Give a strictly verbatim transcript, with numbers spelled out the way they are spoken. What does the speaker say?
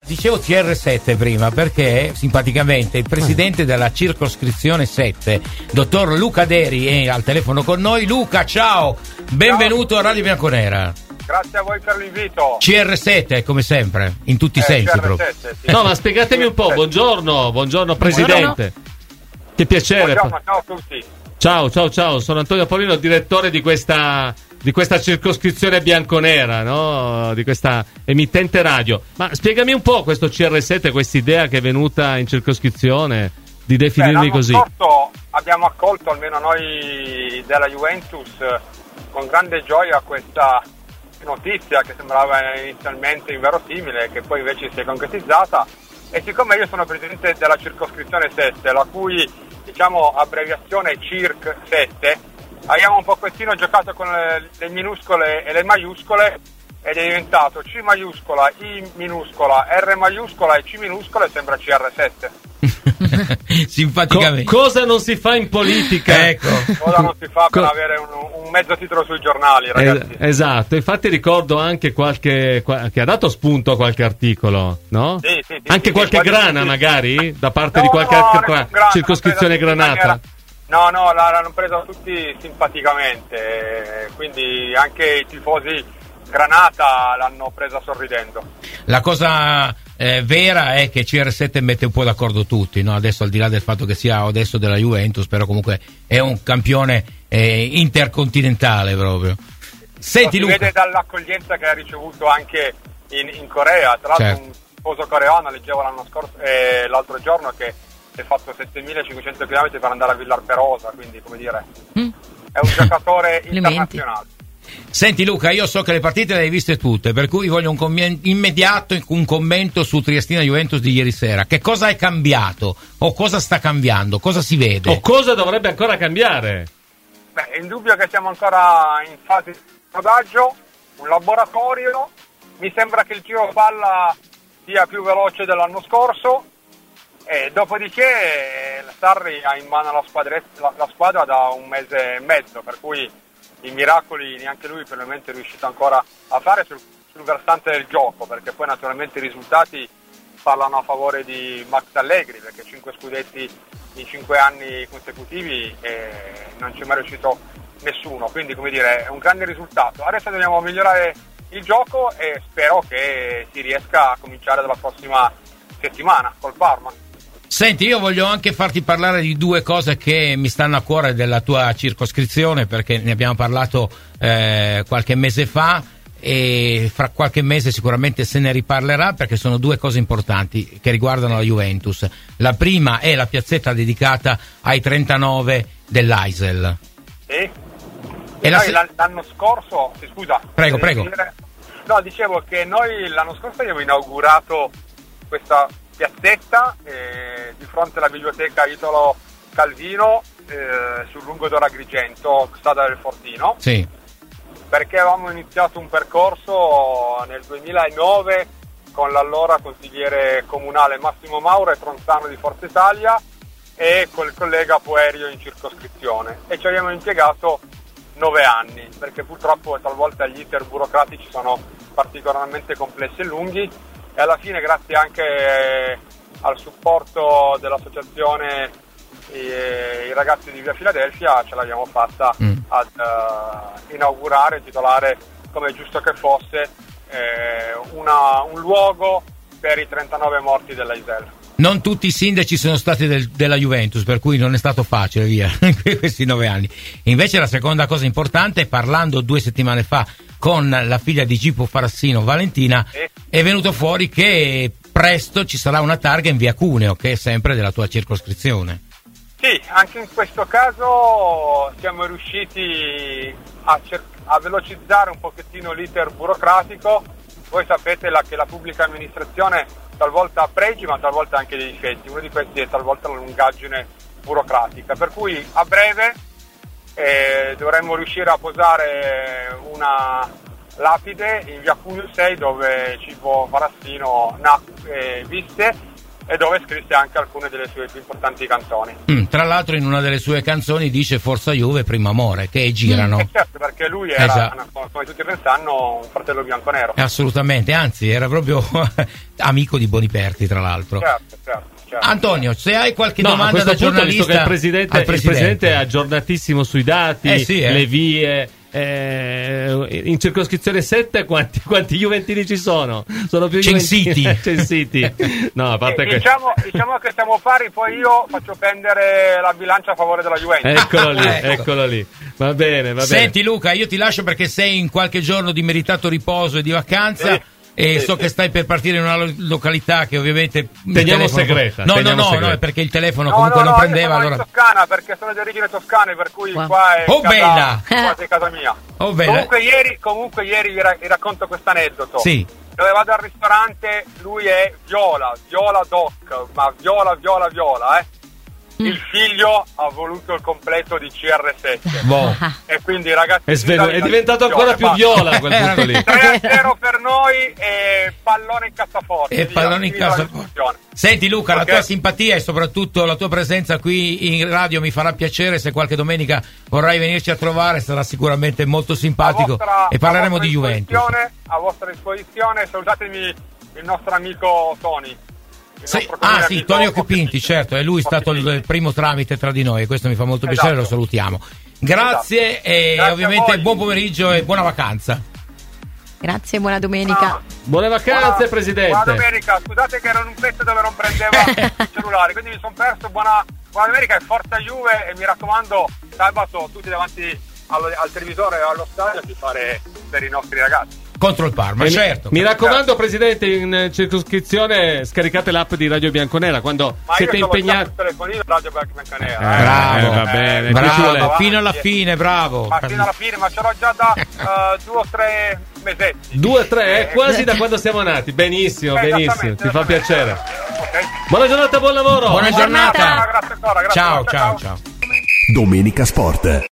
dicevo C R sette prima perché simpaticamente il presidente della circoscrizione sette, dottor Luca Deri, è al telefono con noi. Luca, ciao, benvenuto ciao. A Radio Bianconera. Grazie a voi per l'invito. C R sette come sempre, in tutti i eh, sensi C R sette, proprio. sì. No, ma spiegatemi un po', buongiorno, buongiorno presidente. Buongiorno. Che piacere. Buongiorno, ciao a tutti. Ciao, ciao, ciao, sono Antonio Paolino, direttore di questa di questa circoscrizione bianconera, no? Di questa emittente radio. Ma spiegami un po' questo C R sette, questa idea che è venuta in circoscrizione di definirmi Beh, così. L'anno scorso abbiamo accolto, almeno noi della Juventus, con grande gioia questa notizia che sembrava inizialmente inverosimile, che poi invece si è concretizzata, e siccome io sono presidente della circoscrizione sette, la cui diciamo abbreviazione C I R C sette, abbiamo un pochettino giocato con le, le minuscole e le maiuscole ed è diventato C maiuscola, I minuscola, R maiuscola e C minuscola e sembra C R sette. Simpaticamente. Co- cosa non si fa in politica? Ecco. Cosa non si fa per Co- avere un, un mezzo titolo sui giornali, ragazzi? Es- esatto, infatti ricordo anche qualche qual- che ha dato spunto a qualche articolo, no? Sì, sì, sì, anche sì, qualche sì, grana sì. magari da parte No, di qualche no, altra nessun grana, circoscrizione l'hanno presa granata. tutti in maniera- No, no, l'hanno presa tutti simpaticamente, quindi anche i tifosi Granata l'hanno presa sorridendo. La cosa eh, vera è che C R sette mette un po' d'accordo tutti, no? Adesso, al di là del fatto che sia adesso della Juventus, però comunque è un campione eh, intercontinentale proprio. Senti, Lo si Luca, vede dall'accoglienza che ha ricevuto anche in, in Corea. Tra l'altro, certo. Un tifoso coreano, leggevo l'anno scorso, eh, l'altro giorno, che si è fatto settemilacinquecento chilometri per andare a Villar Perosa, quindi come dire mm. è un giocatore internazionale. Senti Luca, io so che le partite le hai viste tutte, per cui voglio un commento immediato, un commento su Triestina Juventus di ieri sera. Che cosa è cambiato? O cosa sta cambiando? Cosa si vede? O cosa dovrebbe ancora cambiare? Beh, è indubbio che siamo ancora in fase di rodaggio, un laboratorio. Mi sembra che il giro palla sia più veloce dell'anno scorso. E dopodiché la Sarri ha in mano la, la, la squadra da un mese e mezzo, per cui i miracoli neanche lui probabilmente è riuscito ancora a fare sul, sul versante del gioco, perché poi naturalmente i risultati parlano a favore di Max Allegri, perché cinque scudetti in cinque anni consecutivi e non ci è mai riuscito nessuno, quindi come dire è un grande risultato. Adesso dobbiamo migliorare il gioco e spero che si riesca a cominciare dalla prossima settimana col Parma. Senti, io voglio anche farti parlare di due cose che mi stanno a cuore della tua circoscrizione, perché ne abbiamo parlato eh, qualche mese fa e fra qualche mese sicuramente se ne riparlerà, perché sono due cose importanti che riguardano la Juventus. La prima è la piazzetta dedicata ai trentanove dell'Aisel. Sì. E e la noi se- l'anno scorso, sì, scusa. Prego, prego. Dire, no, dicevo che noi l'anno scorso abbiamo inaugurato questa piazzetta eh, di fronte alla biblioteca Italo Calvino eh, sul lungo d'Ora Agrigento, strada del Fortino. Sì. Perché avevamo iniziato un percorso nel duemilanove con l'allora consigliere comunale Massimo Mauro e Tronzano di Forza Italia e col collega Puerio in circoscrizione, e ci abbiamo impiegato nove anni, perché purtroppo talvolta gli iter burocratici sono particolarmente complessi e lunghi, e alla fine, grazie anche al supporto dell'associazione i, i ragazzi di Via Filadelfia, ce l'abbiamo fatta mm. ad uh, inaugurare, titolare come è giusto che fosse eh, una, un luogo per i trentanove morti dell'Aisel. Non tutti i sindaci sono stati del, della Juventus, per cui non è stato facile via questi nove anni. Invece la seconda cosa importante, parlando due settimane fa con la figlia di Gipo Farassino, Valentina, eh. è venuto fuori che presto ci sarà una targa in via Cuneo, che è sempre della tua circoscrizione. Sì, anche in questo caso siamo riusciti a, cer- a velocizzare un pochettino l'iter burocratico. Voi sapete la, che la pubblica amministrazione talvolta ha pregi ma talvolta anche dei difetti, uno di questi è talvolta la lungaggine burocratica, per cui a breve eh, dovremmo riuscire a posare una lapide in via Cuneo sei dove Cibo Farassino nacque e visse, e dove scrisse anche alcune delle sue più importanti canzoni. Mm, tra l'altro in una delle sue canzoni dice Forza Juve, primo amore, che girano. Mm, certo, perché lui era, esatto. come tutti ben sanno, un fratello bianconero. Assolutamente, anzi era proprio amico di Boniperti, tra l'altro. Certo, certo. Certo. Antonio, se hai qualche no, domanda da punto, giornalista, visto che il presidente, al presidente. il presidente è aggiornatissimo sui dati, eh sì, eh. le vie. Eh, in circoscrizione sette quanti, quanti juventini ci sono? Sono più censiti. censiti. No, a parte eh, che... diciamo, diciamo che siamo pari, poi io faccio pendere la bilancia a favore della Juventus. Eccolo lì, ecco. eccolo lì. Va bene, va bene. Senti Luca, io ti lascio perché sei in qualche giorno di meritato riposo e di vacanza. Sì. E sì, so sì. che stai per partire in una lo- località che ovviamente teniamo telefono... segreta. No, teniamo no, no, segreta. no, perché il telefono No, comunque no, non no, prendeva. io sono Allora... in Toscana, perché sono di origini toscane, per cui Wow. qua è Oh, casa, bella! quasi casa mia. Oh, bella. Comunque ieri, comunque ieri vi, ra- vi racconto questo aneddoto. Sì. Dove vado al ristorante, lui è Viola, Viola Doc, ma Viola, Viola, Viola, eh. Il figlio ha voluto il completo di C R sette. Boh. E quindi ragazzi... È, svenu- è diventato ancora più viola a quel punto lì. tre a zero per noi e pallone in cassaforte. E via, pallone in finita la cassaforte. discussione. Senti Luca, la Ok. tua simpatia e soprattutto la tua presenza qui in radio mi farà piacere. Se qualche domenica vorrai venirci a trovare sarà sicuramente molto simpatico. A vostra- E parleremo a vostra di Juventus. disposizione- A vostra disposizione, salutatemi il nostro amico Tony. Il Sì, nostro ah comune sì, amico Tonio Copinti, certo, è lui stato il, il primo tramite tra di noi e questo mi fa molto piacere, Esatto. lo salutiamo. Grazie Esatto. e Grazie a ovviamente voi. buon pomeriggio e buona vacanza. Grazie, buona domenica. Buone vacanze, Buona- presidente. Buona domenica, scusate che ero in un pezzo dove non prendeva il cellulare, quindi mi sono perso. Buona, buona domenica e forza Juve, e mi raccomando, sabato tutti davanti al, al televisore e allo stadio di fare per i nostri ragazzi. Contro il Parma, E certo. Mi, mi raccomando, presidente, in circoscrizione scaricate l'app di Radio Bianconera quando Ma siete io impegnati. il telefonino Radio Bianconera. Eh, eh. Bravo, va bene, Eh, qui ci vuole- Bravo, fino alla avanti. fine, bravo. Ma fino alla fine, ma ce l'ho già da eh, due o tre mesetti. Due, tre, eh, Eh, quasi da quando siamo nati. Benissimo, eh, benissimo, esattamente, ti fa esattamente. piacere. Ok. Buona giornata, buon lavoro. Buona giornata. Grazie ancora, grazie Ciao, ancora, ciao, ciao. Domenica Sport.